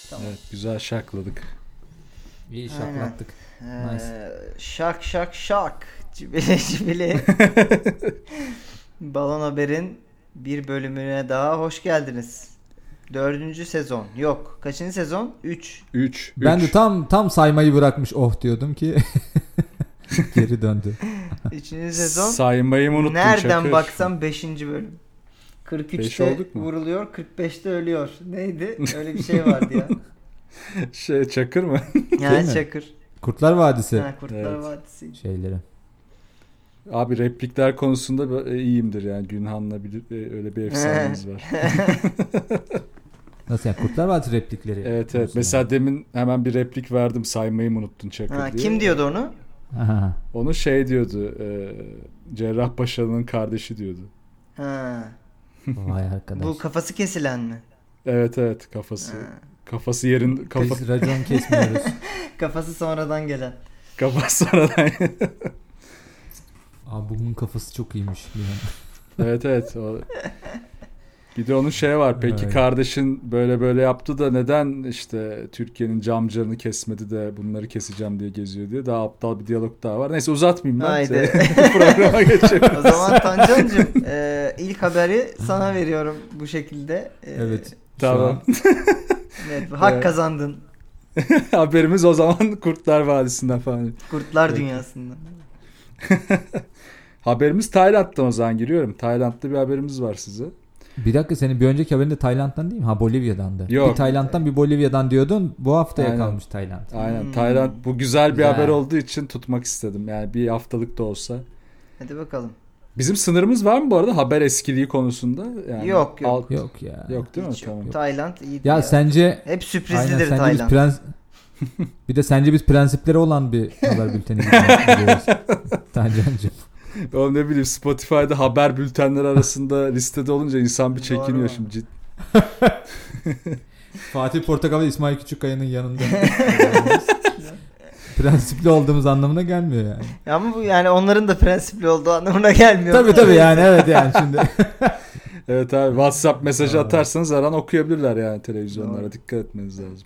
Tamam. Evet, güzel şakladık. İyi şaklattık. Nice. Şak şak şak. Cibili cibili. Balon Haber'in bir bölümüne daha hoş geldiniz. 4. sezon. Yok. Kaçıncı sezon? 3. 3. Ben de tam saymayı bırakmış diyordum ki geri döndü. 3. sezon. Saymayı mı unuttun Nereden Çakır? baksam 5. bölüm. 43'te vuruluyor, 45'te ölüyor. Neydi? Öyle bir şey vardı ya. Çakır mı? Yani Çakır. Kurtlar Vadisi. Ha, Kurtlar Evet. Vadisi. Şeyleri. Abi replikler konusunda iyiyimdir yani. Günhan'la öyle bir efsanemiz var. Nasıl yani? Kurtlar Vadisi replikleri. Evet. Mesela yani. Demin hemen bir replik verdim. Saymayı mı unuttun Çakır diye. Kim diyordu onu? Aha. Onu diyordu. Cerrahpaşa'nın kardeşi diyordu. Ha. Vay arkadaş. Bu kafası kesilen mi? Evet kafası. Ha. Kafası yerin Biz racon kesmiyoruz. Kafası sonradan gelen. Kafası sonradan. Abi bunun kafası çok iyiymiş. Evet. Bir de onun var. Peki evet. Kardeşin böyle yaptı da neden işte Türkiye'nin camcarını kesmedi de bunları keseceğim diye geziyor diye. Daha aptal bir diyalog daha var. Neyse uzatmayayım ben. Haydi. Programa geçelim. O zaman Tancan'cığım ilk haberi sana veriyorum bu şekilde. Evet. Tamam. Evet, hak kazandın. Haberimiz o zaman Kurtlar Vadisi'nden falan. Kurtlar Dünyası'ndan. Haberimiz Tayland'dan o zaman giriyorum. Tayland'da bir haberimiz var size. Bir dakika, senin bir önceki haberin de Tayland'dan değil mi? Ha, Bolivya'dandı. Yok. Bir Tayland'dan bir Bolivya'dan diyordun. Bu haftaya Aynen. kalmış Tayland. Aynen. Tayland bu güzel bir Güzel. haber olduğu için tutmak istedim. Yani bir haftalık da olsa. Hadi bakalım. Bizim sınırımız var mı bu arada haber eskiliği konusunda? Yani Yok. Yok ya. Yok değil mi? Hiç Tamam. yok. Tayland iyi. Ya sence hep sürprizlidir sence Tayland. Bir de sence biz prensipleri olan bir haber bülteni gidiyoruz. Tancancığım. Oğlum ne bileyim, Spotify'da haber bültenleri arasında listede olunca insan bir çekiniyor Doğru. şimdi. Fatih Portakal ve İsmail Küçükkaya'nın yanında. Prensipli olduğumuz anlamına gelmiyor yani. Ama bu yani onların da prensipli olduğu anlamına gelmiyor. Tabii yani evet yani şimdi. Evet abi, WhatsApp mesajı atarsanız her an okuyabilirler yani televizyonlara. Doğru. Dikkat etmeniz lazım.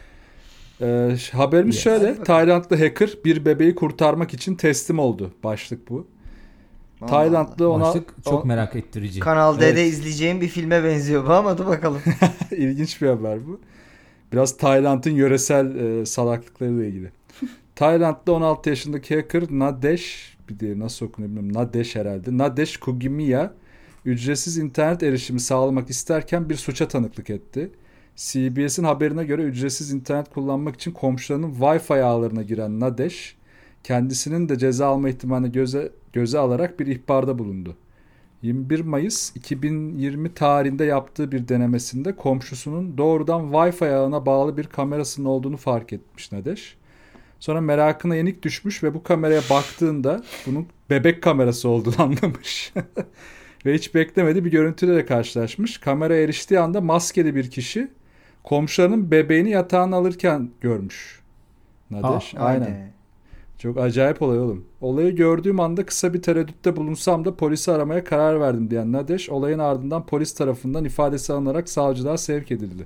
Haberimiz şöyle. Taylandlı hacker bir bebeği kurtarmak için teslim oldu. Başlık bu. Allah Taylandlı ona... Başlık çok merak ettirici. Kanal D'de izleyeceğim bir filme benziyor bu ama dur bakalım. İlginç bir haber bu. Biraz Tayland'ın yöresel salaklıklarıyla ilgili. Tayland'da 16 yaşındaki hacker Nadesh, bir de nasıl okunuyor bilmiyorum, Nadesh herhalde. Nadesh Kugimiya ücretsiz internet erişimi sağlamak isterken bir suça tanıklık etti. CBS'in haberine göre ücretsiz internet kullanmak için komşularının Wi-Fi ağlarına giren Nadesh, kendisinin de ceza alma ihtimalini göze alarak bir ihbarda bulundu. 21 Mayıs 2020 tarihinde yaptığı bir denemesinde komşusunun doğrudan Wi-Fi ağına bağlı bir kamerasının olduğunu fark etmiş Nadesh. Sonra merakına yenik düşmüş ve bu kameraya baktığında bunun bebek kamerası olduğunu anlamış. Ve hiç beklemediği bir görüntüyle karşılaşmış. Kameraya eriştiği anda maskeli bir kişi komşularının bebeğini yatağına alırken görmüş Nadesh. Aynen. Çok acayip olay oğlum. Olayı gördüğüm anda kısa bir tereddütte bulunsam da polisi aramaya karar verdim diyen Nadesh, olayın ardından polis tarafından ifadesi alınarak savcılığa sevk edildi.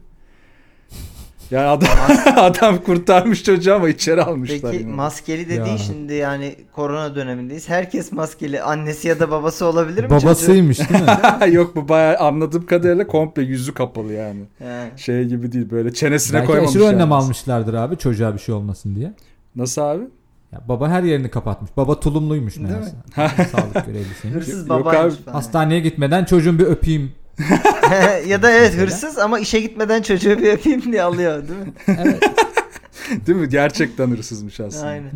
Yani adam kurtarmış çocuğu ama içeri almışlar. Peki yani. Maskeli dediğin şimdi yani korona dönemindeyiz. Herkes maskeli. Annesi ya da babası olabilir mi? Babasıymış değil mi? Yok, bu bayağı anladığım kadarıyla komple yüzü kapalı yani. Şey gibi değil, böyle çenesine belki koymamış. Belki aşırı önlem almışlardır abi, çocuğa bir şey olmasın diye. Nasıl abi? Ya baba her yerini kapatmış. Baba tulumluymuş meğerse. Sağlık görevlisiymiş. Hırsız babaymış falan. Hastaneye gitmeden çocuğun bir öpeyim. Ya da evet hırsız ama işe gitmeden çocuğu bir öpeyim diye alıyor değil mi? Evet. Değil mi? Gerçekten hırsızmış aslında. Aynen.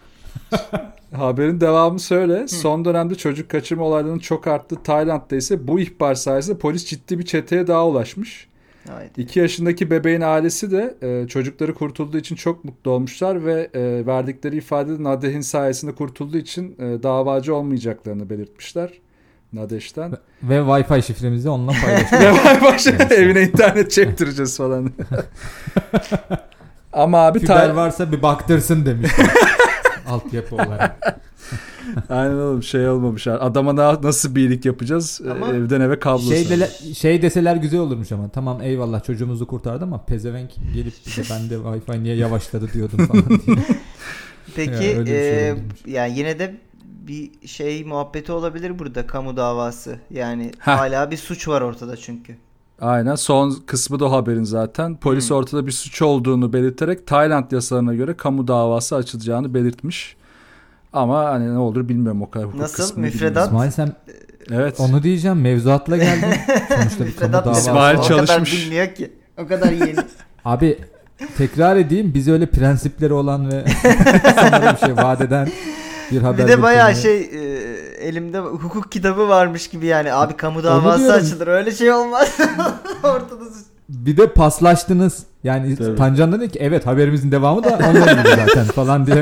Haberin devamı şöyle. Son dönemde çocuk kaçırma olaylarının çok arttığı Tayland'da ise bu ihbar sayesinde polis ciddi bir çeteye daha ulaşmış. Haydi. 2 yaşındaki bebeğin ailesi de çocukları kurtulduğu için çok mutlu olmuşlar ve verdikleri ifadede Nadesh'in sayesinde kurtulduğu için davacı olmayacaklarını belirtmişler. Nadesh'ten. Ve Wi-Fi şifremizi onunla paylaşıyoruz. Ve Wi-Fi şifremizi evine internet çektireceğiz falan. Ama abi Fiber varsa bir baktırsın demişler. altyapı olarak. Aynen oğlum şey olmamış. Adama nasıl bir iyilik yapacağız? Ama Evden eve kablo. Şey deseler güzel olurmuş ama. Tamam eyvallah çocuğumuzu kurtardı ama pezevenk gelip de ben de Wi-Fi niye yavaşladı diyordum falan diye. Peki Ya, öyle bir şey olurmuş. yani yine de bir şey muhabbeti olabilir burada, kamu davası. Yani Heh. hala bir suç var ortada çünkü. Aynen. Son kısmı da o haberin zaten. Polis ortada bir suç olduğunu belirterek Tayland yasalarına göre kamu davası açılacağını belirtmiş. Ama hani ne olur bilmiyorum, o kadar hukuk Nasıl? kısmını Müfredat? bilmiyorum. İsmail sen Evet. onu diyeceğim, mevzuatla geldin. Sonuçta bir kamu Müfredat davası. İsmail o çalışmış. kadar bilmiyor ki. O kadar yeni. Abi tekrar edeyim, biz öyle prensipleri olan ve sanırım bir şey vaat eden bir haber. Bir de bayağı bülteni. elimde hukuk kitabı varmış gibi yani. Abi kamu Onu davası diyorum. açılır. Öyle şey olmaz. Ortada suç. Bir de paslaştınız. Yani Tabii. Tancan dedi ki evet haberimizin devamı da onunla ilgili zaten falan diye.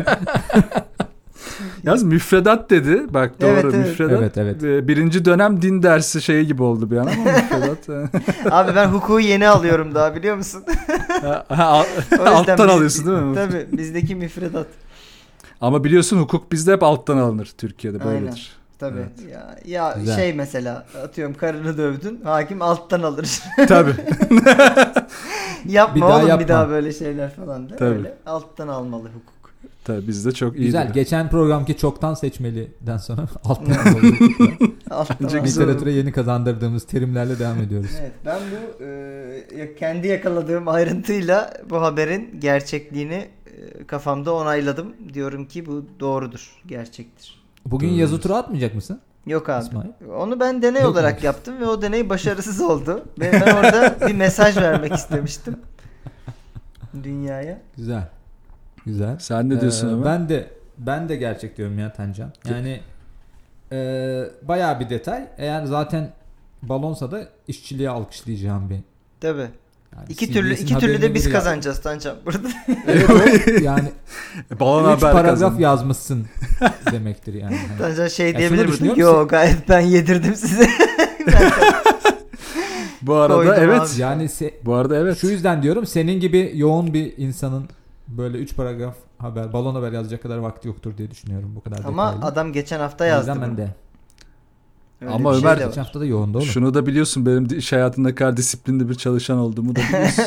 Yalnız müfredat dedi. Bak doğru, Evet, evet. müfredat. Evet. Birinci dönem din dersi şeyi gibi oldu bir an ama müfredat. Abi ben hukuku yeni alıyorum daha, biliyor musun? O yüzden Alttan alıyorsun değil mi? Tabii bizdeki müfredat. Ama biliyorsun hukuk bizde hep alttan alınır, Türkiye'de böyledir. Tabii. Evet. Ya Güzel. şey mesela atıyorum karını dövdün, hakim alttan alır. Tabii. Yapma Bir daha oğlum yapma. bir daha böyle şeyler falan da. Tabii. Öyle alttan almalı hukuk. Tabii bizde çok iyi. Güzel. Geçen programki çoktan seçmeliden sonra alttan alıyoruz. Alttan Bence almalı. güzel. Literatüre yeni kazandırdığımız terimlerle devam ediyoruz. Evet, ben bu kendi yakaladığım ayrıntıyla bu haberin gerçekliğini kafamda onayladım. Diyorum ki bu doğrudur, gerçektir. Bugün Doğru. yazı tura atmayacak mısın? Yok abi. İsmail? Onu ben deney Yok olarak mu? yaptım ve o deney başarısız oldu. Ben orada bir mesaj vermek istemiştim dünyaya. Güzel. Güzel. Sen ne diyorsun Ömer? Ben de gerçek diyorum ya Tancan. Yani bayağı bir detay. Eğer zaten balonsa da işçiliğe alkışlayacağım bir. Tabii. Yani İki CBS'in türlü de haberine biz göre kazanacağız Tancan burada. Evet, o yani Balon 3 haber paragraf kazandı. yazmışsın demektir yani. Hani. Tancan şey şunu diyebilir burada. düşünüyor Yo musun? gayet ben yedirdim size. Bu arada Koydum evet. abi. Yani Bu arada evet. şu yüzden diyorum, senin gibi yoğun bir insanın böyle 3 paragraf haber, balon haber yazacak kadar vakti yoktur diye düşünüyorum, bu kadar Ama detaylı. adam geçen hafta O yazdı. yüzden ben bunu. de. Öyle Ama bir şey Ömer- de var. Geçen hafta da yoğundu oğlum. Şunu da biliyorsun, benim iş hayatında ne kadar disiplinli bir çalışan olduğumu da biliyorsun.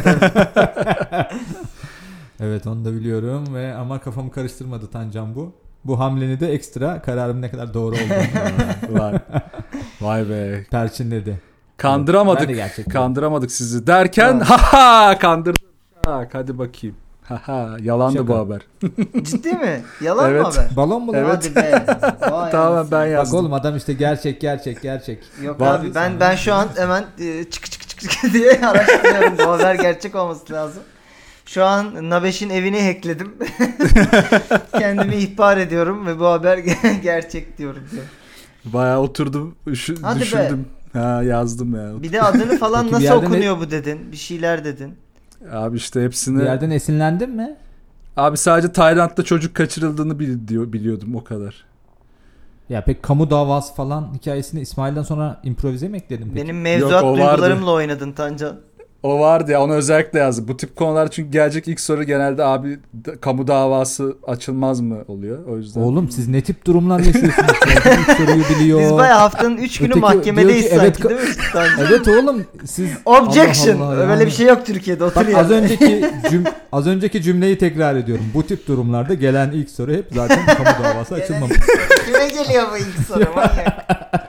Evet, onu da biliyorum ve ama kafamı karıştırmadı Tancan bu. Bu hamleni de ekstra kararım ne kadar doğru olduğunu Vay. Vay be. perçinledi. Kandıramadık. Ben de gerçekten. Kandıramadık sizi derken Evet. haha kandırdık. Hadi bakayım. Haha yalandı Şaka. bu haber. Ciddi mi? Yalan Evet. mı haber? Balon mu lan? Evet. Hadi be. Vay Tamam anasını. ben Bak yazdım. oğlum, adam işte gerçek. Yok Var- abi ben şu an hemen çık diye araştırıyorum. Bu haber gerçek olması lazım. Şu an Nabeş'in evini hackledim. Kendimi ihbar ediyorum ve bu haber gerçek diyorum. Bayağı oturdum Hadi be. düşündüm. Ha yazdım ya. Bir de adını falan Peki bir nasıl yerde okunuyor bu dedin. Bir şeyler dedin. Abi işte Bir hepsini. yerden esinlendin mi? Abi sadece Tayland'da çocuk kaçırıldığını biliyordum o kadar. Ya pek kamu davası falan hikayesini İsmail'den sonra improvize mi ekledin peki? Benim mevzuat Yok, o duygularımla oynadın Tancan. O vardı ya, onu özellikle yazdım. Bu tip konular çünkü gelecek ilk soru genelde abi kamu davası açılmaz mı oluyor. O yüzden. Oğlum siz ne tip durumlar yaşıyorsunuz? İlk soruyu biliyor. Biz bayağı haftanın 3 günü Öteki mahkemedeyiz diyor ki, evet, sanki değil mi Tancan? Evet oğlum siz Objection. Allah Allah Öyle yani. bir şey yok Türkiye'de. Otur Bak ya. az önceki cümleyi tekrar ediyorum. Bu tip durumlarda gelen ilk soru hep zaten kamu davası açılmamış. Kime geliyor bu ilk soru? Manyak.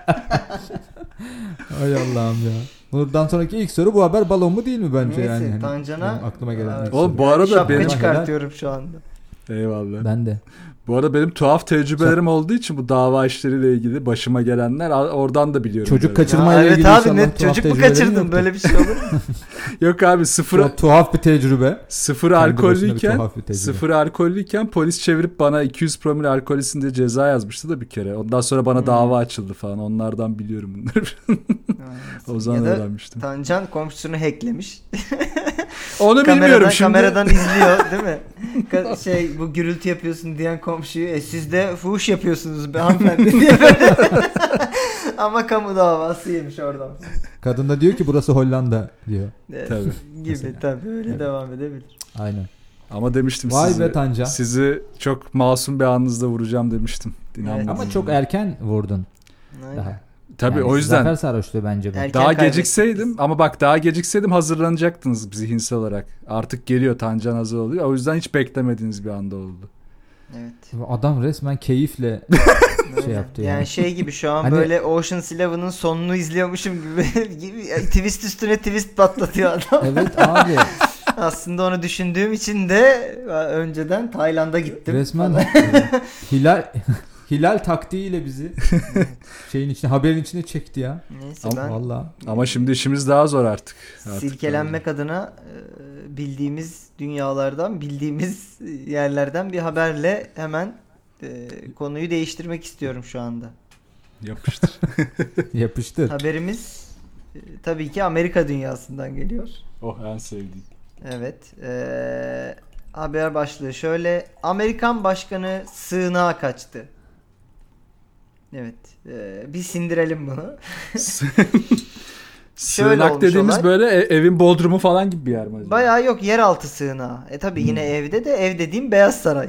Ay Allah'ım ya. Buradan sonraki ilk soru, bu haber balon mu değil mi bence Neyse, yani? Hani Tancan'a benim aklıma gelen ilk Oğlum soru. bu arada Şapka benim çıkartıyorum şu anda. eyvallah. Ben de. Bu arada benim tuhaf tecrübelerim olduğu için bu dava işleriyle ilgili başıma gelenler oradan da biliyorum. Çocuk böyle. kaçırma ile Evet ilgili abi inşallah ne tuhaf çocuk mu tecrübelerin kaçırdın? yoktur. Böyle bir şey olur mu? Yok abi sıfır Tuhaf bir tecrübe. sıfır Kendi başına bir alkollüyken tuhaf bir tecrübe. sıfır alkollüyken polis çevirip bana 200 promil alkolüsün diye ceza yazmıştı da bir kere. Ondan sonra bana dava açıldı falan. Onlardan biliyorum bunları. O zaman Ya da öğrenmiştim. Tancan komşusunu hacklemiş. Onu bilmiyorum şimdi. Kameradan izliyor değil mi? Bu gürültü yapıyorsun diyen komşuyu siz de fuhuş yapıyorsunuz be hanımefendi diye böyle. Ama kamu davası yemiş oradan. Kadın da diyor ki burası Hollanda diyor. Evet, Tabii. gibi Mesela. tabii öyle Evet. devam edebilir. Aynen. Ama demiştim Vay be Tancan. sizi çok masum bir anınızda vuracağım demiştim. Evet. Ama çok erken vurdun. Aynen. Daha. Tabii Yani o yüzden. Zafer sarhoşluğu bence bu. Erken Daha kaybettik gecikseydim biz. ama bak daha gecikseydim hazırlanacaktınız zihinsel olarak. Artık geliyor Tancan hazır oluyor. O yüzden hiç beklemediğiniz bir anda oldu. Evet. Adam resmen keyifle Öyle. yaptı yani. yani. Şey gibi şu an Hani- böyle Ocean's Eleven'ın sonunu izliyormuşum gibi twist üstüne twist patlatıyor adam. Evet abi. Aslında onu düşündüğüm için de önceden Tayland'a gittim. Resmen Hilal taktiğiyle bizi şeyin içine, haberin içine çekti ya. Neyse Ama ben Vallahi. Ama şimdi işimiz daha zor artık. silkelenmek adına bildiğimiz dünyalardan, bildiğimiz yerlerden bir haberle hemen konuyu değiştirmek istiyorum şu anda. Yapıştır. Yapıştır. Haberimiz tabii ki Amerika dünyasından geliyor. Oh en sevdiğim. Evet. Haber başlığı şöyle. Amerikan başkanı sığınağa kaçtı. Evet. Bir sindirelim bunu. Sığınak olmuş dediğimiz olay. böyle evin bodrumu falan gibi bir yer mi acaba? Bayağı yok, yeraltı sığınağı. Tabii yine evde de, ev dediğim Beyaz Saray.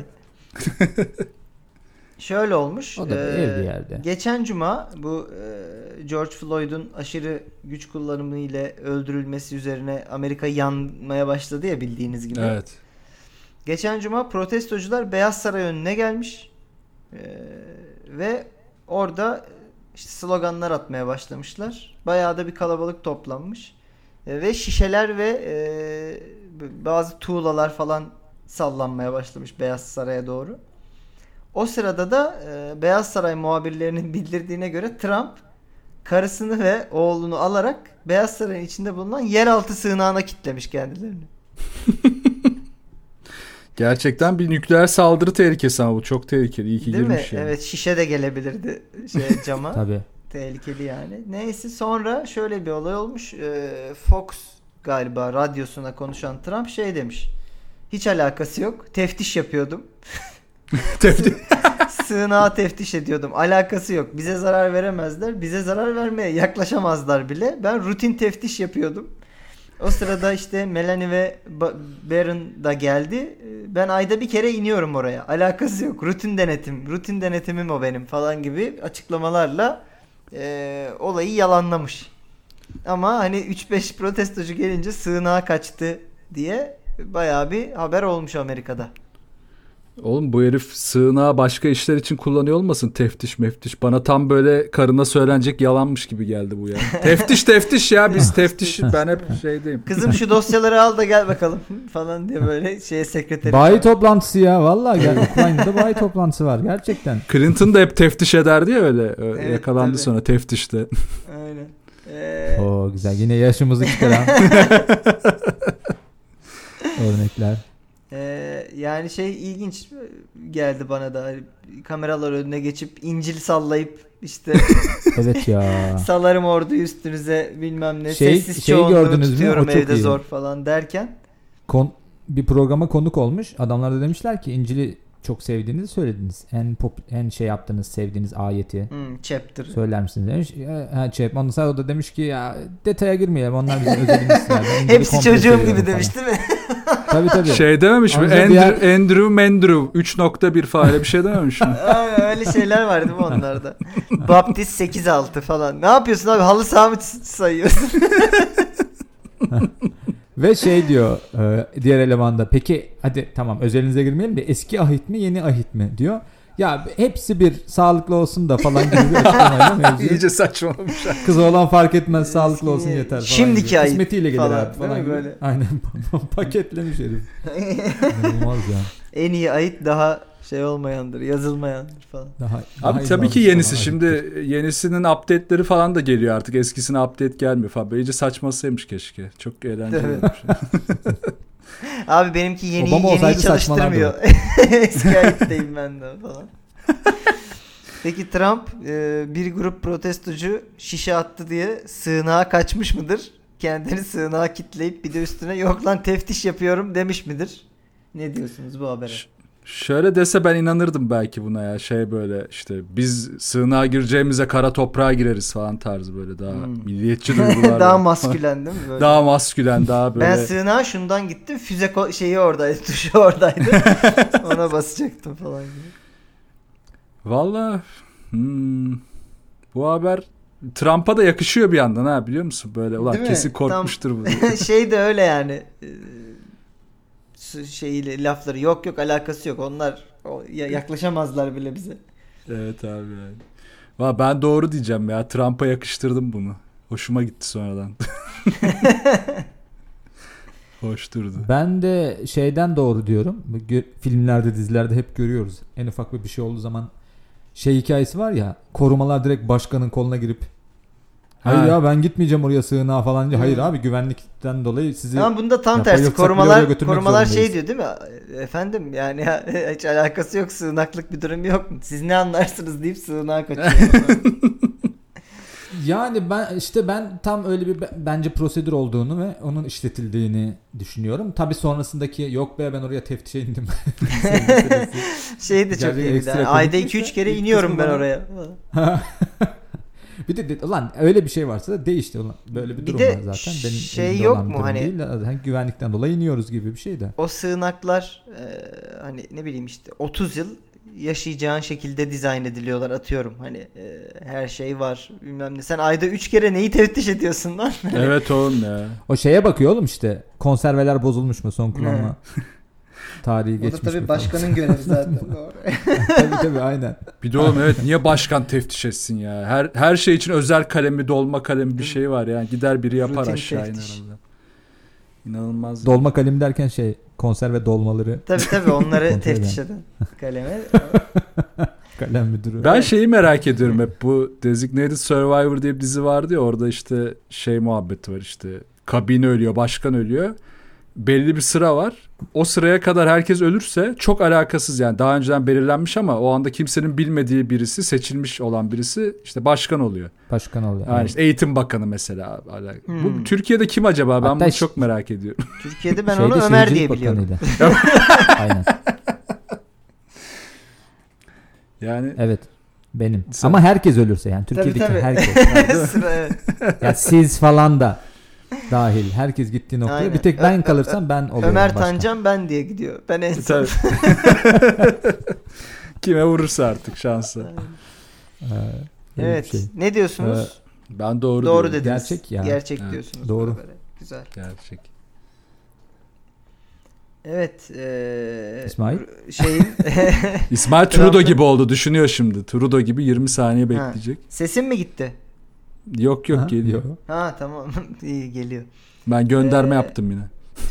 Şöyle olmuş. O da bir ev bir yerde. Geçen cuma bu George Floyd'un aşırı güç kullanımı ile öldürülmesi üzerine Amerika yanmaya başladı ya, bildiğiniz gibi. Evet. Geçen cuma protestocular Beyaz Saray önüne gelmiş ve orada işte sloganlar atmaya başlamışlar. Bayağı da bir kalabalık toplanmış ve şişeler ve bazı tuğlalar falan sallanmaya başlamış Beyaz Saray'a doğru. O sırada da Beyaz Saray muhabirlerinin bildirdiğine göre Trump karısını ve oğlunu alarak Beyaz Saray'ın içinde bulunan yeraltı sığınağına kilitlemiş kendilerini. Gerçekten bir nükleer saldırı tehlikesi ama bu çok tehlikeli. İyi ki Değil mi? girmiş yani. Evet, şişe de gelebilirdi cama. Tabii. Tehlikeli yani. Neyse, sonra şöyle bir olay olmuş. Fox galiba radyosuna konuşan Trump şey demiş. Hiç alakası yok. Teftiş yapıyordum. Sığınağı teftiş ediyordum. Alakası yok. Bize zarar veremezler. Bize zarar vermeye yaklaşamazlar bile. Ben rutin teftiş yapıyordum. O sırada işte Melanie ve Barron da geldi. Ben ayda bir kere iniyorum oraya. Alakası yok. Rutin denetim. Rutin denetimim o benim falan gibi açıklamalarla olayı yalanlamış. Ama hani 3-5 protestocu gelince sığınağa kaçtı diye bayağı bir haber olmuş Amerika'da. Oğlum bu herif sığınağı başka işler için kullanıyor olmasın, teftiş meftiş. Bana tam böyle karına söylenecek yalanmış gibi geldi bu ya. Teftiş ya, biz teftiş, ben hep şeydeyim. Kızım şu dosyaları al da gel bakalım falan diye böyle sekreteri. Bayi toplantısı ya. Vallahi gel. Ukrayna'da bayi toplantısı var gerçekten. Clinton da hep teftiş ederdi ya öyle. Evet, Yakalandı tabii. sonra teftişte. Aynen. Oo güzel. Yine yaşımızı çıkaran örnekler. Yani ilginç geldi bana da. Kameralar önüne geçip İncil sallayıp işte Evet ya. salarım orduyu üstünüze bilmem ne. Şey Sessiz çoğunluğu gördünüz mü? tutuyorum O çok evde iyi. zor falan derken. Bir programa konuk olmuş. Adamlar da demişler ki İncil'i çok sevdiğinizi söylediniz. En yaptığınız, sevdiğiniz ayeti Chapter. söyler misiniz demiş. Ondan sonra o da demiş ki ya detaya girmeyelim. Onlar bizim özelimiz. Hepsi çocuğum gibi demiş değil mi? Tabii. Şey dememiş mi? Andrew Mendrew 3.1 falan öyle bir şey dememiş mi? Öyle şeyler var değil mi onlarda? Baptist 8-6 falan. Ne yapıyorsun abi? Halı saha mı sayıyorsun? Ve diyor diğer elemanda, peki hadi tamam özelinize girmeyelim de eski ahit mi yeni ahit mi diyor. Ya hepsi bir, sağlıklı olsun da falan gibi bir açıklamayla mevzu. İyice saçmalamış. Kız oğlan fark etmez, sağlıklı olsun yeter falan. Şimdiki gibi. ahit Kısmetiyle gelir falan, abi falan değil mi gibi. böyle? Aynen paketlemiş herif. İnanılmaz ya. En iyi ayet daha olmayandır, yazılmayandır falan. Abi tabii ki yenisi. Şimdi yenisinin update'leri falan da geliyor artık. Eskisine update gelmiyor falan. Böyle iyice saçmasıymış keşke. Çok eğlenceli Evet. olmuş. Abi benimki yeniyi olsaydı çalıştırmıyor. Eski ayetteyim ben de falan. Peki Trump bir grup protestocu şişe attı diye sığınağa kaçmış mıdır? Kendini sığınağa kitleyip bir de üstüne yok lan teftiş yapıyorum demiş midir? Ne diyorsunuz bu habere? Şöyle dese ben inanırdım belki buna ya. Şey böyle işte biz sığınağa gireceğimize kara toprağa gireriz falan tarzı böyle daha milliyetçi duygular. Daha maskülen değil mi? Böyle. Daha maskülen, daha böyle. Ben sığınağa şundan gittim. Füze şeyi oradaydı. Tuşu oradaydı. Ona basacaktım falan gibi. Valla bu haber Trump'a da yakışıyor bir yandan ha, biliyor musun? Böyle ulan Değil kesin mi? korkmuştur bu. Şey de öyle yani. Şeyle lafları yok alakası yok. Onlar yaklaşamazlar bile bize. Evet abi yani. Valla ben doğru diyeceğim ya. Trump'a yakıştırdım bunu. Hoşuma gitti sonradan. Hoş durdu. Ben de şeyden doğru diyorum. Filmlerde, dizilerde hep görüyoruz. En ufak bir şey olduğu zaman şey hikayesi var ya, korumalar direkt başkanın koluna girip hayır ya ben gitmeyeceğim oraya sığınağa falan diye. Hayır abi, güvenlikten dolayı sizi Ama bunda tam ya, tersi. Korumalar zorundayız. şey diyor değil mi? Efendim yani hiç alakası yok, sığınaklık bir durum yok. Siz ne anlarsınız deyip sığınağa kaçıyor. Yani ben tam öyle bir bence prosedür olduğunu ve onun işletildiğini düşünüyorum. Tabii sonrasındaki yok be ben oraya teftişe indim. Şey de çok iyi bir de. Ayda 2-3 kere iniyorum ben oraya. Bir de ulan öyle bir şey varsa da değişti ulan. Böyle bir durum var zaten. Benim şey yok mu hani değil, güvenlikten dolayı iniyoruz gibi bir şey de. O sığınaklar hani ne bileyim işte 30 yıl yaşayacağın şekilde dizayn ediliyorlar, atıyorum. Hani her şey var bilmem ne. Sen ayda 3 kere neyi teftiş ediyorsun lan? Evet oğlum ya. O şeye bakıyor oğlum işte. Konserveler bozulmuş mu, son kullanma tarihi geçmiş mi? O da tabii başkanın görevi zaten. tabii aynen. Bir de oğlum evet, niye başkan teftiş etsin ya? Her şey için özel kalemi, dolma kalemi bir şey var yani. Gider biri yapar, Rutin aşağı iner teftiş. orada. İnanılmaz. Dolma kalem derken şey, konserve dolmaları. Tabii onları teftiş eden kaleme. Kalem müdürü. Ben şeyi merak ediyorum hep, bu Designated Survivor diye bir dizi vardı ya, orada işte şey muhabbeti var işte. Kabin ölüyor, başkan ölüyor. Belli bir sıra var. O sıraya kadar herkes ölürse çok alakasız yani, daha önceden belirlenmiş ama o anda kimsenin bilmediği birisi, seçilmiş olan birisi işte başkan oluyor. Başkan oluyor. Yani işte Eğitim Bakanı mesela. Bu Türkiye'de kim acaba? Ben hatta bunu çok merak ediyorum. Türkiye'de ben onu Ömer diye biliyorum. Aynen. Yani evet. Benim. Ama herkes ölürse yani Türkiye'deki tabii. herkes. Sıra, evet. Ya siz falan da dahil. Herkes gittiği noktaya. Aynen. Bir tek ben kalırsam ben oluyorum Ömer başkan. Tancan ben diye gidiyor. Ben en son. Kime vurursa artık şansa. Evet. Şey. Ne diyorsunuz? Ben doğru Doğru diyorum. dediniz. Gerçek ya. Gerçek Evet. diyorsunuz. Doğru. Güzel. Gerçek. Evet. İsmail? İsmail Trudeau gibi oldu. Düşünüyor şimdi. Trudeau gibi 20 saniye bekleyecek. Sesin mi gitti? Yok geliyor. Ha tamam. İyi geliyor. Ben gönderme yaptım yine.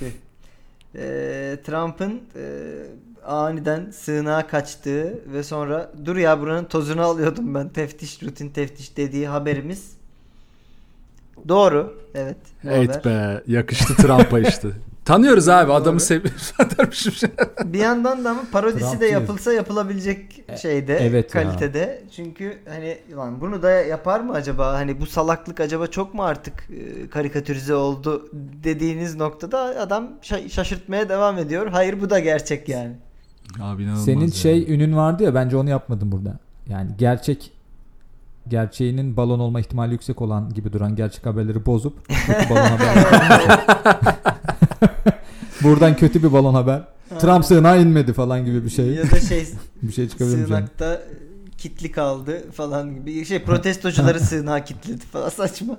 Trump'ın aniden sığınağa kaçtığı ve sonra dur ya buranın tozunu alıyordum ben, rutin teftiş dediği haberimiz doğru. Evet. Evet be, yakıştı Trump'a işte. Tanıyoruz abi, adamı seviyoruz. Bir yandan da ama parodisi Trump de yapılsa yapılabilecek şeyde, evet kalitede. Ya. Çünkü hani lan bunu da yapar mı acaba? Hani bu salaklık acaba çok mu artık karikatürize oldu dediğiniz noktada adam şaşırtmaya devam ediyor. Hayır, bu da gerçek yani. Abi inanılmaz. Senin ünün vardı ya, bence onu yapmadım burada. Yani gerçeğinin balon olma ihtimali yüksek olan gibi duran gerçek haberleri bozup kötü balon haber. Buradan kötü bir balon haber. Trump sığınağa inmedi falan gibi bir şey. Ya da bir şey çıkabilir mi? Sığınakta kitli kaldı falan gibi. Protestocuları sığınağa kilitledi falan, saçma.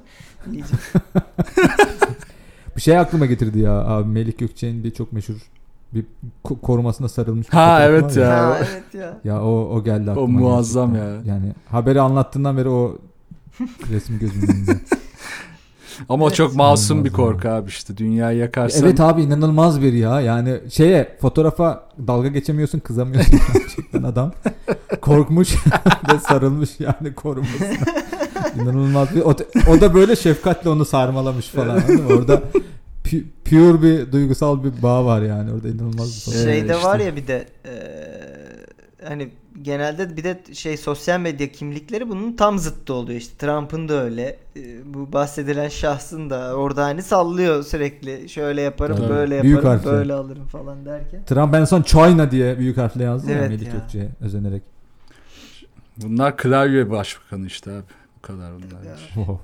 Bir şey aklıma getirdi ya abi, Melik Gökçek'in bir çok meşhur bir korumasına sarılmış. Evet ya. Ha, evet ya. Ya o geldi aklıma. O muazzam gerçekten. ya. Yani haberi anlattığından beri o resim gözümün önünde. Ama o çok masum bir korku abi işte. Dünyayı yakarsan. Evet abi, inanılmaz bir ya. Yani fotoğrafa dalga geçemiyorsun, kızamıyorsun gerçekten adam. Korkmuş ve sarılmış yani korumasına. İnanılmaz bir. O da böyle şefkatle onu sarmalamış falan. Orada pure bir duygusal bir bağ var yani. Orada inanılmaz bir Şeyde var ya bir de hani genelde bir de sosyal medya kimlikleri bunun tam zıttı oluyor işte. Trump'ın da öyle. Bu bahsedilen şahsın da orada hani sallıyor sürekli. Şöyle yaparım, Tabii. böyle Büyük yaparım, harfle. böyle alırım falan derken. Trump en son China diye büyük harfle yazdı ya Evet Melih ya. Gökçe'ye özenerek. Bunlar klavye başbakanı işte abi. Bu kadar bunlar. Ya. Wow.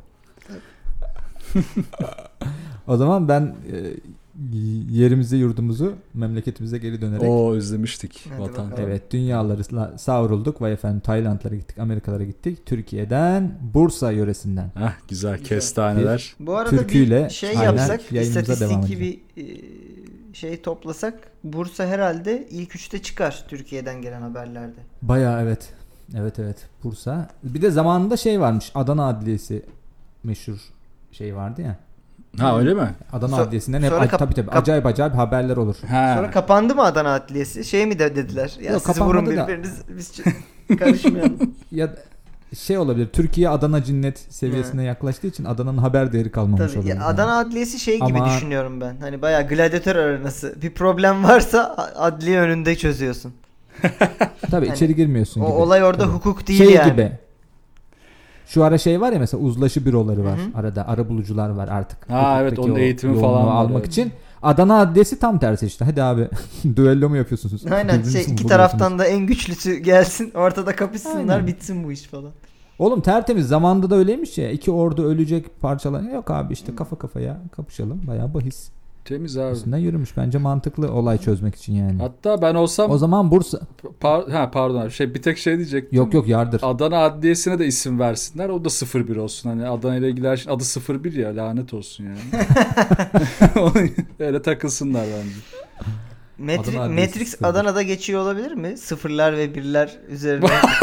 O zaman ben yerimize, yurdumuzu, memleketimize geri dönerek Oo özlemiştik Hadi vatan. bakalım. evet dünyaları savrulduk. Vay efendim Taylandlara gittik, Amerikalara gittik. Türkiye'den Bursa yöresinden. Hah güzel Güzel. kestaneler. Bu arada Türküyle bir şey aynen yapsak, yayınımıza devam istatistik bir toplasak Bursa herhalde ilk 3'te çıkar Türkiye'den gelen haberlerde. Bayağı evet. Evet Bursa. Bir de zamanında şey varmış. Adana Adliyesi meşhur şey vardı ya. Ha öyle mi? Adana So- Adliyesi'nden hep sonra tabii acayip haberler olur. Ha. Sonra kapandı mı Adana Adliyesi? Şey mi dediler? Ya Yok, sizi vurun kapanmadı da. birbiriniz biz karışmayalım. Ya şey olabilir. Türkiye Adana cinnet seviyesine yaklaştığı için Adana'nın haber değeri kalmamış Tabii. olabilir. Ya Adana Adliyesi şey gibi Ama- düşünüyorum ben. Hani bayağı gladyatör arenası. Bir problem varsa adliye önünde çözüyorsun. Tabii hani içeri girmiyorsun O gibi. olay orada Tabii. hukuk değil Şey yani. gibi. Şu ara şey var ya mesela uzlaşı büroları var. Hı hı. Arada arabulucular var artık. Ha, evet, Hukuktaki onun o eğitimi yoğunluğu falan var, almak evet. için. Adana Adliyesi tam tersi işte. Hadi abi düello mu yapıyorsunuz? Aynen Birbirinizi mi iki vuruyorsunuz? taraftan da en güçlüsü gelsin ortada kapışsınlar Aynen. bitsin bu iş falan. Oğlum tertemiz zamanında da öyleymiş ya. İki ordu ölecek parçalar. Yok abi işte kafa kafaya kapışalım. Bayağı bahis. Temiz abi. Üstünden yürümüş. Bence mantıklı olay çözmek için yani. Hatta ben olsam O zaman Bursa. pardon abi bir tek şey diyecektim. Yok yardır. Adana Adliyesi'ne de isim versinler. O da 01 olsun. Hani Adana ile ilgili her şey adı 01 ya lanet olsun yani. Öyle takılsınlar bence. Adana Adliyesi Matrix 01. Adana'da geçiyor olabilir mi? Sıfırlar ve birler üzerine.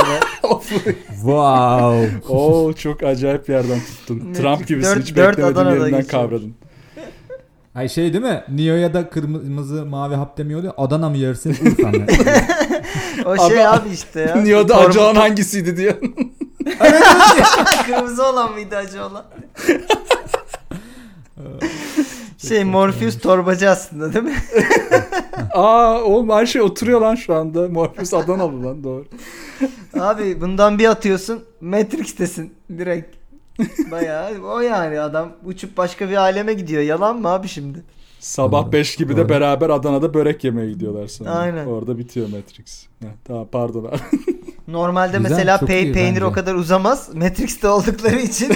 Wow. Oo çok acayip yerden tuttun. Matrix Trump gibisin. dört- Hiç dört beklemediğim Adana'da yerinden geçiyor. kavradın. Ay şey değil mi? Neo'ya da kırmızı mavi hap demiyordu. Adana mı yersin Urfa mı? O şey Adam- abi işte ya. Neo'da acı olan hangisiydi diye. Kırmızı olan mıydı acı olan? Morpheus torbacı aslında değil mi? Oğlum her şey oturuyor lan şu anda. Morpheus Adanalı lan doğru. Abi bundan bir atıyorsun Matrix'tesin direkt. Bayağı o yani adam uçup başka bir aleme gidiyor. Yalan mı abi şimdi? Sabah Doğru. 5 gibi Doğru. de beraber Adana'da börek yemeye gidiyorlar sonra. Aynen. Orada bitiyor Matrix. Tamam pardon abi. Normalde Güzel, mesela çok iyi peynir bence. o kadar uzamaz. Matrix'te oldukları için.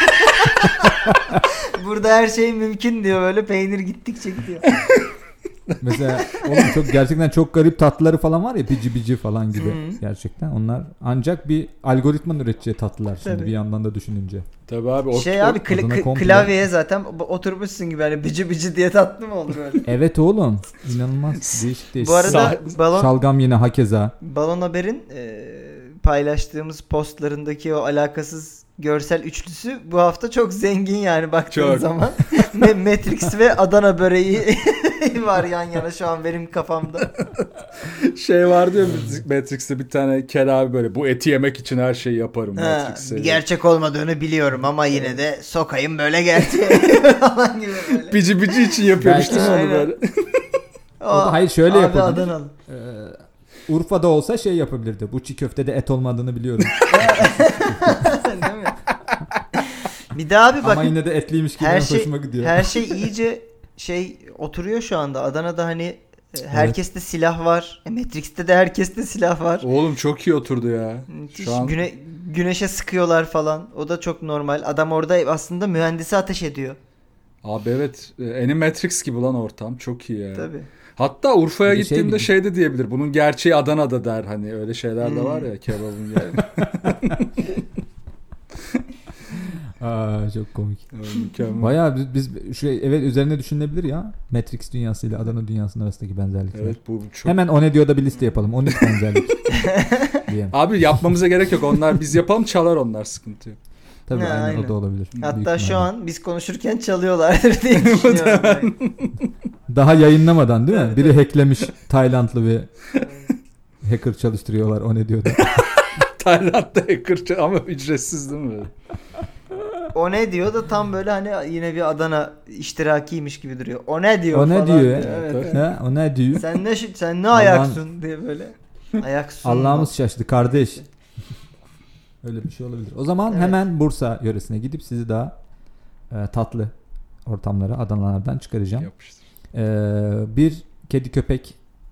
Burada her şey mümkün diyor böyle peynir gittikçe gidiyor. Mesela oğlum gerçekten çok garip tatlıları falan var ya bici bici falan gibi Hı. gerçekten. Onlar ancak bir algoritmanın üreteceği tatlılar şimdi Tabii. bir yandan da düşününce. Tabii abi. Abi Adana komple. klavyeye zaten oturmuşsun gibi hani bici bici diye tatlı mı olur öyle? Evet oğlum inanılmaz değişik. Bu arada balon Şalgam yine hakeza. Balon Haber'in paylaştığımız postlarındaki o alakasız görsel üçlüsü bu hafta çok zengin yani baktığın Çok. zaman. Matrix ve Adana böreği var yan yana şu an benim kafamda. Şey vardı ya Matrix'te bir tane kel abi böyle bu eti yemek için her şeyi yaparım Ha, Matrix'te. gerçek olmadığını biliyorum ama yine de sokayım böyle gerçeği falan gibi böyle. Bici bici için yapıyormuş değil mi onu Aynen. böyle? O da hayır şöyle Abi yapabilir. Adanalı. Urfa'da olsa şey yapabilirdi. Bu çiğ köftede et olmadığını biliyorum. Değil mi? Bir daha bir Ama bakın. yine de etliymiş gibi Her hoşuma gidiyor. Her şey iyice oturuyor şu anda. Adana'da hani herkeste silah var. Matrix'te de herkeste silah var. Oğlum çok iyi oturdu ya. Müthiş. Şu an Güneşe sıkıyorlar falan. O da çok normal. Adam orada aslında mühendisi ateş ediyor. abi evet Animatrix gibi lan ortam çok iyi ya. Tabii. Hatta Urfa'ya Bir de şey gittiğimde gibi. şey de diyebilir. Bunun gerçeği Adana'da der hani öyle şeyler de var ya kebabın yani. Aa, çok komik. Mükemmel. Bayağı biz evet üzerine düşünülebilir ya. Matrix dünyasıyla Adana dünyasının arasındaki benzerlikler. Evet bu çok. Hemen o ne diyor da bir liste yapalım. 13 benzerlik. diye. Abi yapmamıza gerek yok. Onlar biz yapalım çalar onlar sıkıntı yok. Tabii Ha, aynen, aynen. o da olabilir. Hatta Büyük şu ihtimalle. an biz konuşurken çalıyorlardır diye düşünüyorum. ben. Daha yayınlamadan değil mi? Evet, Biri hacklemiş Taylandlı bir hacker çalıştırıyorlar o ne diyor da. Tayland'da hacker ama ücretsiz değil mi? O ne diyor da tam böyle hani yine bir Adana iştirakiymiş gibi duruyor. O ne diyor O ne falan diyor? Evet, evet. Ha, o ne diyor? Sen ne ayaksın diye böyle. Ayak sunma. Allah'ımız şaştı kardeş. Öyle bir şey olabilir. O zaman Evet. hemen Bursa yöresine gidip sizi daha tatlı ortamlara, Adanalardan çıkaracağım. Yapıştır. Bir kedi köpek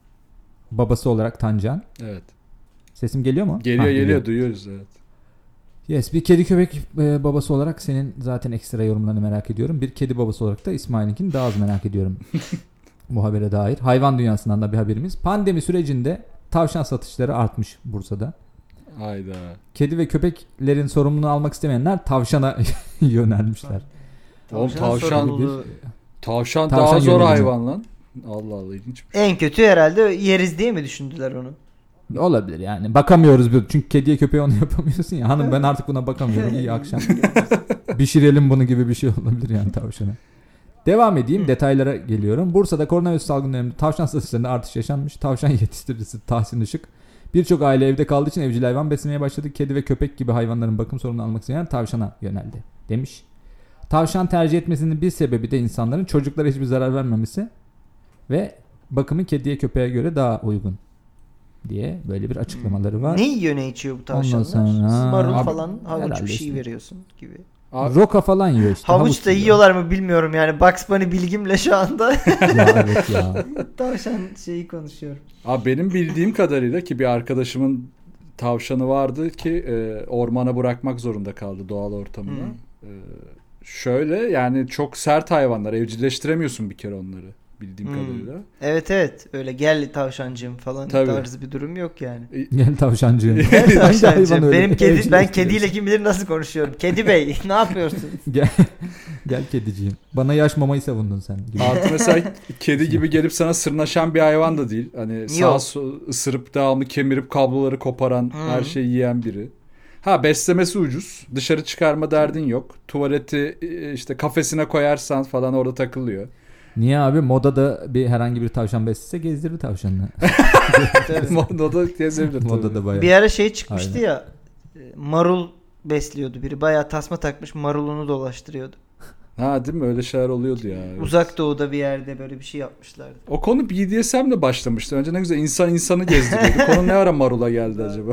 babası olarak Tancan. Evet. Sesim geliyor mu? Geliyor duyuyoruz evet. Yes, bir kedi köpek babası olarak senin zaten ekstra yorumlarını merak ediyorum. Bir kedi babası olarak da İsmail'inkini daha az merak ediyorum. Bu habere dair. Hayvan dünyasından da bir haberimiz. Pandemi sürecinde tavşan satışları artmış Bursa'da. Hayda. Kedi ve köpeklerin sorumluluğunu almak istemeyenler tavşana yönelmişler. Oğlum Tavşan sorumluluğu. tavşan Tavşan daha zor yönelici. hayvan lan. Allah Allah ilginç. En kötü herhalde yeriz diye mi düşündüler onu? Olabilir yani. Bakamıyoruz. Çünkü kediye köpeğe onu yapamıyorsun ya. Hanım ben artık buna bakamıyorum. İyi akşam. Pişirelim bunu gibi bir şey olabilir yani tavşana. Devam edeyim. Detaylara geliyorum. Bursa'da koronavirüs salgını döneminde tavşan satışlarında artış yaşanmış. Tavşan yetiştiricisi Tahsin Işık. Birçok aile evde kaldığı için evcil hayvan beslemeye başladı. Kedi ve köpek gibi hayvanların bakım sorumluluğunu almak isteyen tavşana yöneldi demiş. Tavşan tercih etmesinin bir sebebi de insanların çocuklara hiçbir zarar vermemesi ve bakımı kediye köpeğe göre daha uygun diye böyle bir açıklamaları var. Ne yiyor ne içiyor bu tavşanlar? sonra- Marul Abi, falan havuç herhalde bir şey işte. veriyorsun gibi. Abi, Roka falan yiyor işte. Havuç da yiyor. yiyorlar mı bilmiyorum yani. Bugs Bunny bilgimle şu anda Ya evet ya. tavşan şeyi konuşuyorum. abi benim bildiğim kadarıyla ki bir arkadaşımın tavşanı vardı ki ormana bırakmak zorunda kaldı doğal ortamına. Şöyle yani çok sert hayvanlar. Evcilleştiremiyorsun bir kere onları bildiğim kadarıyla. Evet öyle gel tavşancığım falan Tabii. tarzı bir durum yok yani. Gel tavşancığım. Gel Hangi hayvan tavşancığım. öyle Benim kedi, ben evcilleştiriyorsun? kediyle kim bilir nasıl konuşuyorum. Kedi bey ne yapıyorsun? Gel kediciğim. Bana yaş mamayı savundun sen. Gibi. Artı mesela kedi gibi gelip sana sırnaşan bir hayvan da değil. Hani sağa Yok. ısırıp devamlı kemirip kabloları koparan her şeyi yiyen biri. Ha beslemesi ucuz. Dışarı çıkarma derdin yok. Tuvaleti işte kafesine koyarsan falan orada takılıyor. Niye abi modada herhangi bir tavşan beslese gezdirir tavşanını. Tabii. Modada gezebilir tabii. Modada bayağı. Bir ara şey çıkmıştı Aynen. ya. Marul besliyordu biri. Bayağı tasma takmış marulunu dolaştırıyordu. Ha değil mi? Öyle şeyler oluyordu ya. Evet. Uzak doğuda bir yerde böyle bir şey yapmışlardı. O konu BDSM'le başlamıştı. Önce ne güzel insanı gezdiriyordu. Konu ne ara marula geldi acaba?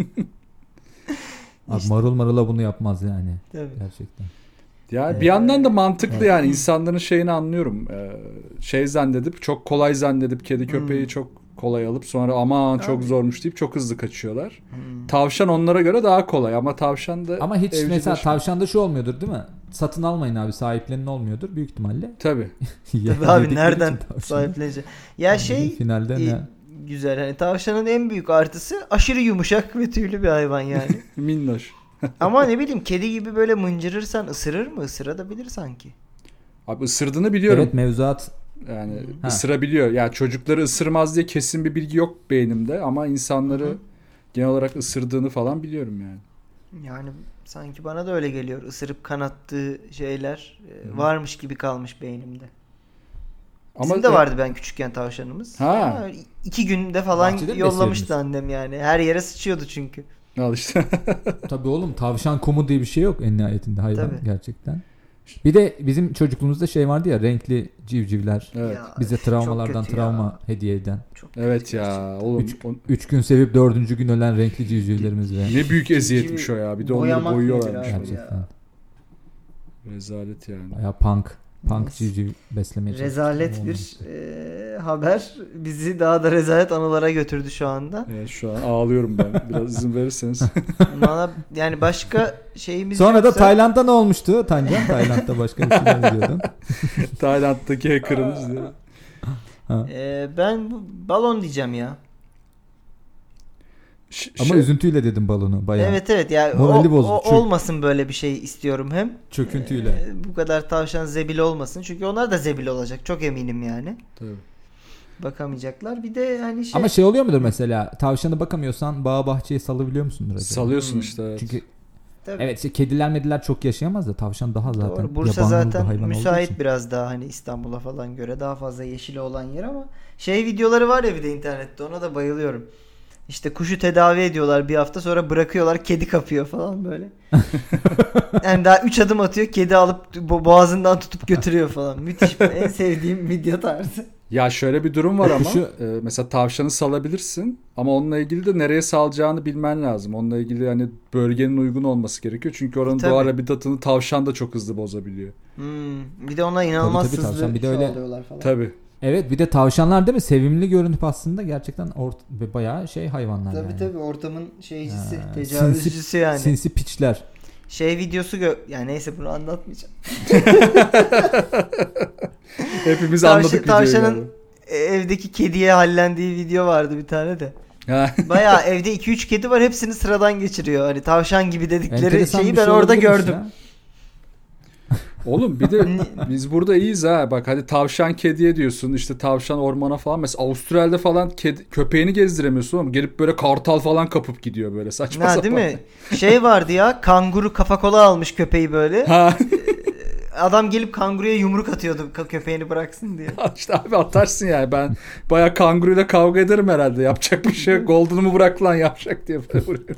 Abi marula bunu yapmaz yani. Tabii. Gerçekten. Ya bir yandan da mantıklı yani insanların şeyini anlıyorum. Şey zannedip çok kolay zannedip kedi köpeği çok kolay alıp sonra aman çok zormuş deyip çok hızlı kaçıyorlar. Tavşan onlara göre daha kolay ama tavşan da Ama hiç mesela evcilleşme. tavşanda şu olmuyordur değil mi? Satın almayın abi sahiplenin olmuyordur büyük ihtimalle. Tabii. Tabii abi Yedikleri nereden için tavşanı. sahiplenecek? Ya şey Finalde ne? güzel hani tavşanın en büyük artısı aşırı yumuşak ve tüylü bir hayvan yani. Minnoş. Ama ne bileyim kedi gibi böyle mıncırırsan ısırır mı? Isırabilir sanki. Abi ısırdığını biliyorum. Evet mevzuat. Yani Ha. ısırabiliyor. Yani çocukları ısırmaz diye kesin bir bilgi yok beynimde ama insanları genel olarak ısırdığını falan biliyorum yani. Yani sanki bana da öyle geliyor. Isırıp kanattığı şeyler varmış gibi kalmış beynimde. Bizim de vardı ben küçükken tavşanımız. Ha. Ama 2 günde falan Bahçede mi yollamıştı besliyordunuz? annem yani. Her yere sıçıyordu çünkü. Al işte. Tabii oğlum tavşan kumu diye bir şey yok en nihayetinde hayvan Tabii. gerçekten. Bir de bizim çocukluğumuzda şey vardı ya renkli civcivler. Evet. Ya, Bize travmalardan çok kötü ya. travma hediye eden. Çok Evet kötü ya. gerçekten. Oğlum 3 gün sevip 4. gün ölen renkli civcivlerimiz ve ne büyük eziyetmiş o ya. Bir de onları Boyamak boyuyorlarmış. nedir abi? gerçekten Rezalet yani. bayağı punk civciv beslemeye çalıştık. Rezalet Olmadı. bir haber bizi daha da rezalet anılara götürdü şu anda. Evet şu an ağlıyorum ben. Biraz izin verirseniz. Bana yani başka şeyimiz Sonra da yoksa- Tayland'da ne olmuştu Tancan? Tayland'da başka bir şeyler diyordun. Tayland'daki hacker'ımız diye. Ben balon diyeceğim ya. Ama üzüntüyle dedim balonu bayağı. Evet ya Morali bozdu, çök. olmasın böyle bir şey istiyorum hem. Çöküntüyle. Bu kadar tavşan zebil olmasın. Çünkü onlar da zebil olacak. Çok eminim yani. Tabii. Bakamayacaklar. Bir de hani şey. Ama şey oluyor mudur mesela tavşanı bakamıyorsan bağ bahçeye salabiliyor musundur acaba? Salıyorsun işte. Evet. Çünkü Tabii. evet işte kediler mediler çok yaşayamaz da tavşan daha zaten Doğru. Bursa yabanıl bir zaten hayvan olduğu müsait için. biraz daha hani İstanbul'a falan göre daha fazla yeşili olan yer ama şey videoları var ya bir de internette ona da bayılıyorum. İşte kuşu tedavi ediyorlar bir hafta sonra bırakıyorlar kedi kapıyor falan böyle. Yani daha 3 adım atıyor kedi alıp boğazından tutup götürüyor falan. Müthiş en sevdiğim video tarzı. Ya şöyle bir durum var ama Kuşu- mesela tavşanı salabilirsin ama onunla ilgili de nereye salacağını bilmen lazım. Onunla ilgili hani bölgenin uygun olması gerekiyor. Çünkü oranın Tabii. doğal habitatını tavşan da çok hızlı bozabiliyor. Bir de ona inanılmaz Tabii, hızlı tavşan bir de öyle- alıyorlar falan. Tabii. Evet, bir de tavşanlar değil mi? Sevimli görünüp aslında gerçekten bayağı şey hayvanlar Tabii yani. tabii ortamın şeycisi, Ha, tecavüzcüsü yani. Sinsi piçler. Şey videosu yani neyse bunu anlatmayacağım. Hepimiz Tavşan- anladık videoyu. tavşanın evdeki kediye hallendiği video vardı bir tane de. Ha. Bayağı evde 2-3 kedi var, hepsini sıradan geçiriyor. Hani tavşan gibi dedikleri Enteresan şeyi bir ben şey orada olabilirmiş gördüm. ya. Oğlum bir de biz burada iyiyiz ha. Bak hadi tavşan kediye diyorsun. İşte tavşan ormana falan. Mesela Avustralya'da falan köpeğini gezdiremiyorsun ama gelip böyle kartal falan kapıp gidiyor böyle saçma Ha, sapan. değil mi? Şey vardı ya, kanguru kafa kola almış köpeği böyle. Ha Adam gelip kanguruya yumruk atıyordu köpeğini bıraksın diye. işte abi atarsın yani. Ben bayağı kanguruyla kavga ederim herhalde. Yapacak bir şey yok. Golden'ımı bırak lan yapacak diye böyle vuruyorum.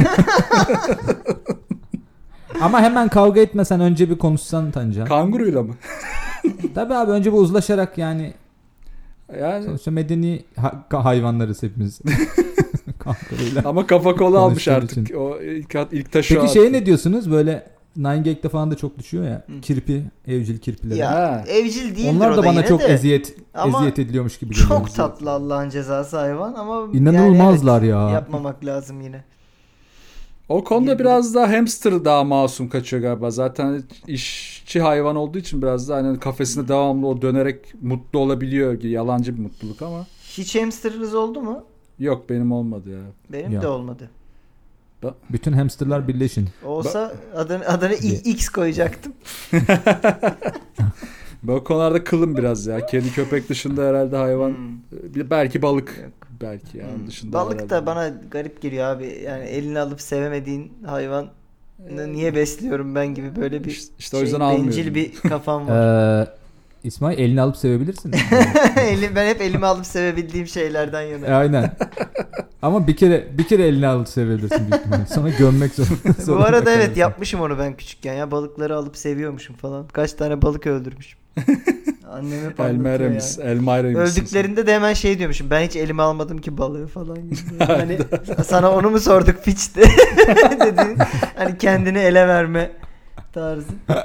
Ama hemen kavga etmesen önce bir konuşsan Tancan. Kanguruyla mı? Tabii abi, önce bir uzlaşarak yani. Yani Sonuçta medeni hayvanlarız hepimiz. Kanguruyla. ama kafa kola almış Konuştuğu artık. için. O ilk taşı Peki o şeye attı. ne diyorsunuz? Böyle 9gag'de falan da çok düşüyor ya. Hı. Kirpi, evcil kirpileri. Ya Ha. evcil değildir Onlar o da bana yine çok de. eziyet Ama ediliyormuş gibi geliyor. Çok tatlı Allah'ın cezası hayvan ama İnanılmazlar yani ya. evet, yapmamak lazım yine. O konuda biraz daha hamster daha masum kaçıyor galiba. Zaten işçi hayvan olduğu için biraz daha hani kafesinde devamlı o dönerek mutlu olabiliyor. Yalancı bir mutluluk ama. Hiç hamsterınız oldu mu? Yok benim olmadı ya. Benim Yok. de olmadı. Bütün hamsterlar birleşin. Olsa adını X koyacaktım. Ben o konularda kılım biraz ya. Kedi köpek dışında herhalde hayvan. Belki balık. Yok. Belki yani Hmm. dışında Balık herhalde. da bana garip geliyor abi. Yani elini alıp sevemediğin hayvanı niye besliyorum ben gibi böyle bir İşte o yüzden bencil almıyorum. bir kafam var. İsmail, elini alıp sevebilirsin. Ben hep elime alıp sevebildiğim şeylerden yana. Aynen. Ama bir kere elini alıp sevebilirsin büyük ihtimalle. Sonra gömmek Bu zorunda arada evet kalırsın. yapmışım onu ben küçükken ya. Balıkları alıp seviyormuşum falan. Kaç tane balık öldürmüşüm. Annem hep anlatıyor yani. Elmayra'ymış. Öldüklerinde de hemen şey diyormuşum. Ben hiç elime almadım ki balığı falan gibi. Hani sana onu mu sorduk piçti? Dedi. Hani kendini ele verme tarzı.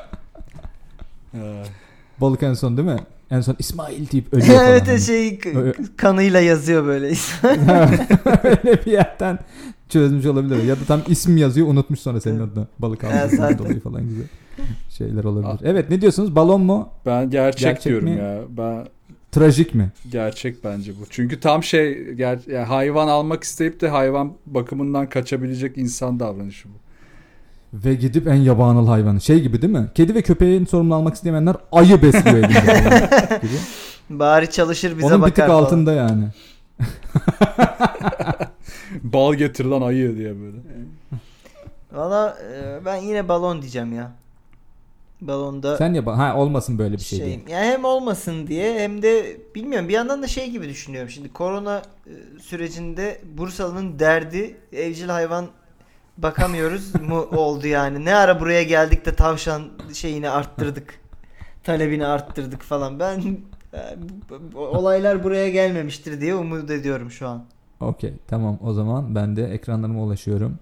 Balık en son değil mi? En son İsmail deyip ölüyor falan. Evet Hani. şey kanıyla yazıyor böyle. Öyle bir yerden çözmüş olabilir. Ya da tam isim yazıyor, unutmuş sonra senin Evet. adına. Balık Evet, aldığından zaten. dolayı falan gibi şeyler olabilir. Evet, ne diyorsunuz? Balon mu? Ben gerçek diyorum mi? ya. Ben Trajik mi? gerçek bence bu. Çünkü tam yani hayvan almak isteyip de hayvan bakımından kaçabilecek insan davranışı bu. Ve gidip en yabanıl hayvanı. Şey gibi değil mi? Kedi ve köpeğin sorumluluğunu almak istemeyenler ayı besliyor evinde. gibi. Bari çalışır bize Onun bakar bir tık falan. altında yani. Bal getir lan ayı diye böyle. Valla ben yine balon diyeceğim ya. Balonda Sen olmasın böyle bir şey diye. Yani hem olmasın diye hem de bilmiyorum bir yandan da şey gibi düşünüyorum. Şimdi korona sürecinde Bursalı'nın derdi evcil hayvan bakamıyoruz mu oldu yani. Ne ara buraya geldik de tavşan şeyini arttırdık. Talebini arttırdık falan. Ben olaylar buraya gelmemiştir diye umut ediyorum şu an. Okey, tamam, o zaman ben de ekranlarıma ulaşıyorum.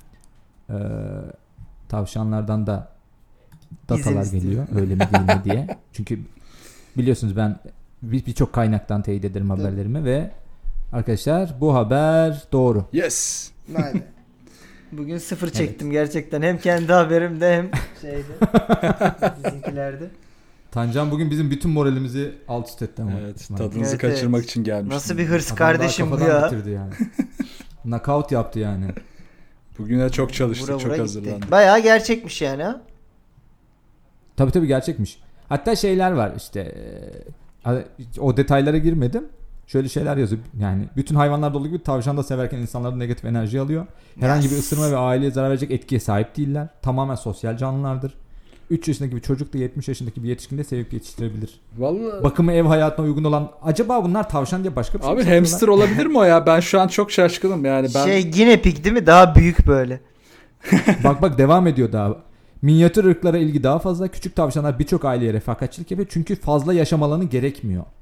Tavşanlardan da datalar İzin geliyor. Öyle mi değil mi diye. Çünkü biliyorsunuz ben birçok kaynaktan teyit ederim haberlerimi ve arkadaşlar bu haber doğru. Yes. Bugün sıfır çektim gerçekten. Hem kendi haberimde hem şeyde. Bizimkilerde. Tancan bugün bizim bütün moralimizi alt üst etti ama. Evet, İsmail. tadınızı Evet, kaçırmak evet. için gelmiştim. Nasıl bir hırs Adam kardeşim daha bu kafadan ya. bitirdi yani. Knockout yaptı yani. Bugüne çok çalıştık, Vura çok vura hazırlandık. gitti. Bayağı gerçekmiş yani ha. Tabii gerçekmiş. Hatta şeyler var işte o detaylara girmedim. Şöyle şeyler yazıyor. Yani bütün hayvanlar olduğu gibi tavşan da severken insanlardan negatif enerji alıyor. Herhangi bir ısırma ve aileye zarar verecek etkiye sahip değiller. Tamamen sosyal canlılardır. 3 yaşındaki bir çocuk da 70 yaşındaki bir yetişkin de sevip yetiştirebilir. Vallahi Bakımı ev hayatına uygun olan. Acaba bunlar tavşan diye başka bir şey mi abi satıyorlar? hamster olabilir mi o ya? Ben şu an çok şaşkınım yani. Guinea pig değil mi? Daha büyük böyle. Bak devam ediyor daha. Minyatür ırklara ilgi daha fazla. Küçük tavşanlar birçok aileye refakatçilik yapıyor. Çünkü fazla yaşam alanı gerekmiyor.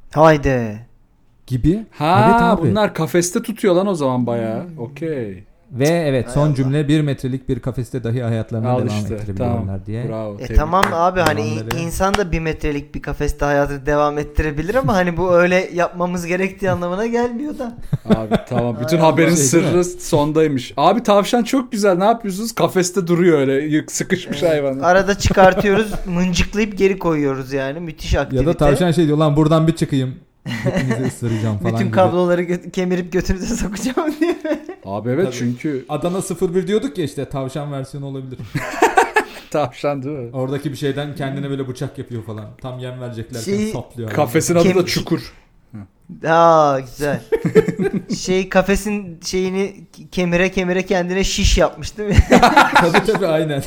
Haydi. gibi. Ha Evet abi. bunlar kafeste tutuyor lan o zaman bayağı. Okey. Ve evet Hay son Allah. cümle 1 metrelik bir kafeste dahi hayatlarını Al devam işte. ettirebiliyorlar Tamam. diye. Bravo. tebrik Tamam ederim. abi hani Yalanları. insan da 1 metrelik bir kafeste hayatını devam ettirebilir ama hani bu öyle yapmamız gerektiği anlamına gelmiyor da. Abi tamam. Bütün Ay haberin Allah. Şey değil sırrı sondaymış. Abi tavşan çok güzel. Ne yapıyorsunuz? Kafeste duruyor öyle. Sıkışmış hayvan. Arada çıkartıyoruz, mıncıklayıp geri koyuyoruz yani. Müthiş aktivite. Ya da tavşan şey diyor lan buradan bir çıkayım. Hepinizi ısıracağım falan bütün gibi. kabloları kemirip götünüze sokacağım diye. Abi evet Tabii. çünkü Adana 01 diyorduk ya işte tavşan versiyonu olabilir. tavşan değil mi? Oradaki bir şeyden kendine böyle bıçak yapıyor falan. Tam yem vereceklerken Şey- saplıyor. Kafesin adı da Kim- Çukur. Aa güzel. Kafesin şeyini kemire kemire kendine şiş yapmış değil mi? Tabii aynen.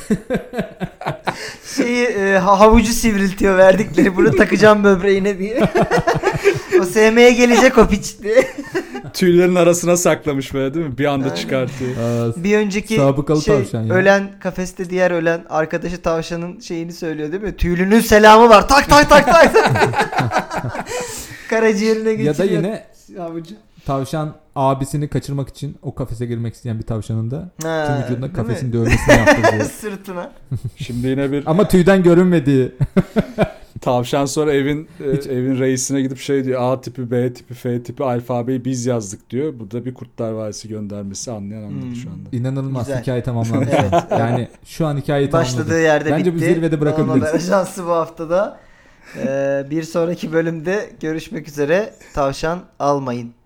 Havucu sivriltiyor verdikleri. Bunu takacağım böbreğine diye. O sevmeye gelecek o piç diye. Tüylerin arasına saklamış böyle değil mi? Bir anda Aynen. çıkartıyor. Bir önceki Sabıkalı tavşan ya. ölen kafeste diğer ölen arkadaşı tavşanın şeyini söylüyor değil mi? Tüylünün selamı var. Tak tak tak tak. Karaciğerine geçiyor. Ya da yine havucu. tavşan abisini kaçırmak için o kafese girmek isteyen bir tavşanın da Ha, tüm vücuduna değil kafesin mi? dövmesini yaptırıyor. Sırtına. Şimdi yine bir Ama tüyden görünmediği. tavşan sonra evin Hiç- evin reisine gidip şey diyor. A tipi, B tipi, F tipi alfabeyi biz yazdık diyor. Burada bir Kurtlar Vadisi göndermesi anlayan anladı şu anda. İnanılmaz Güzel. hikaye tamamlandı. Evet. Yani şu an hikayeyi tamamladı. Başladığı yerde Bence bitti. bu zirvede bırakabiliriz. Haber Ajansı bu haftada. Bir sonraki bölümde görüşmek üzere. Tavşan almayın.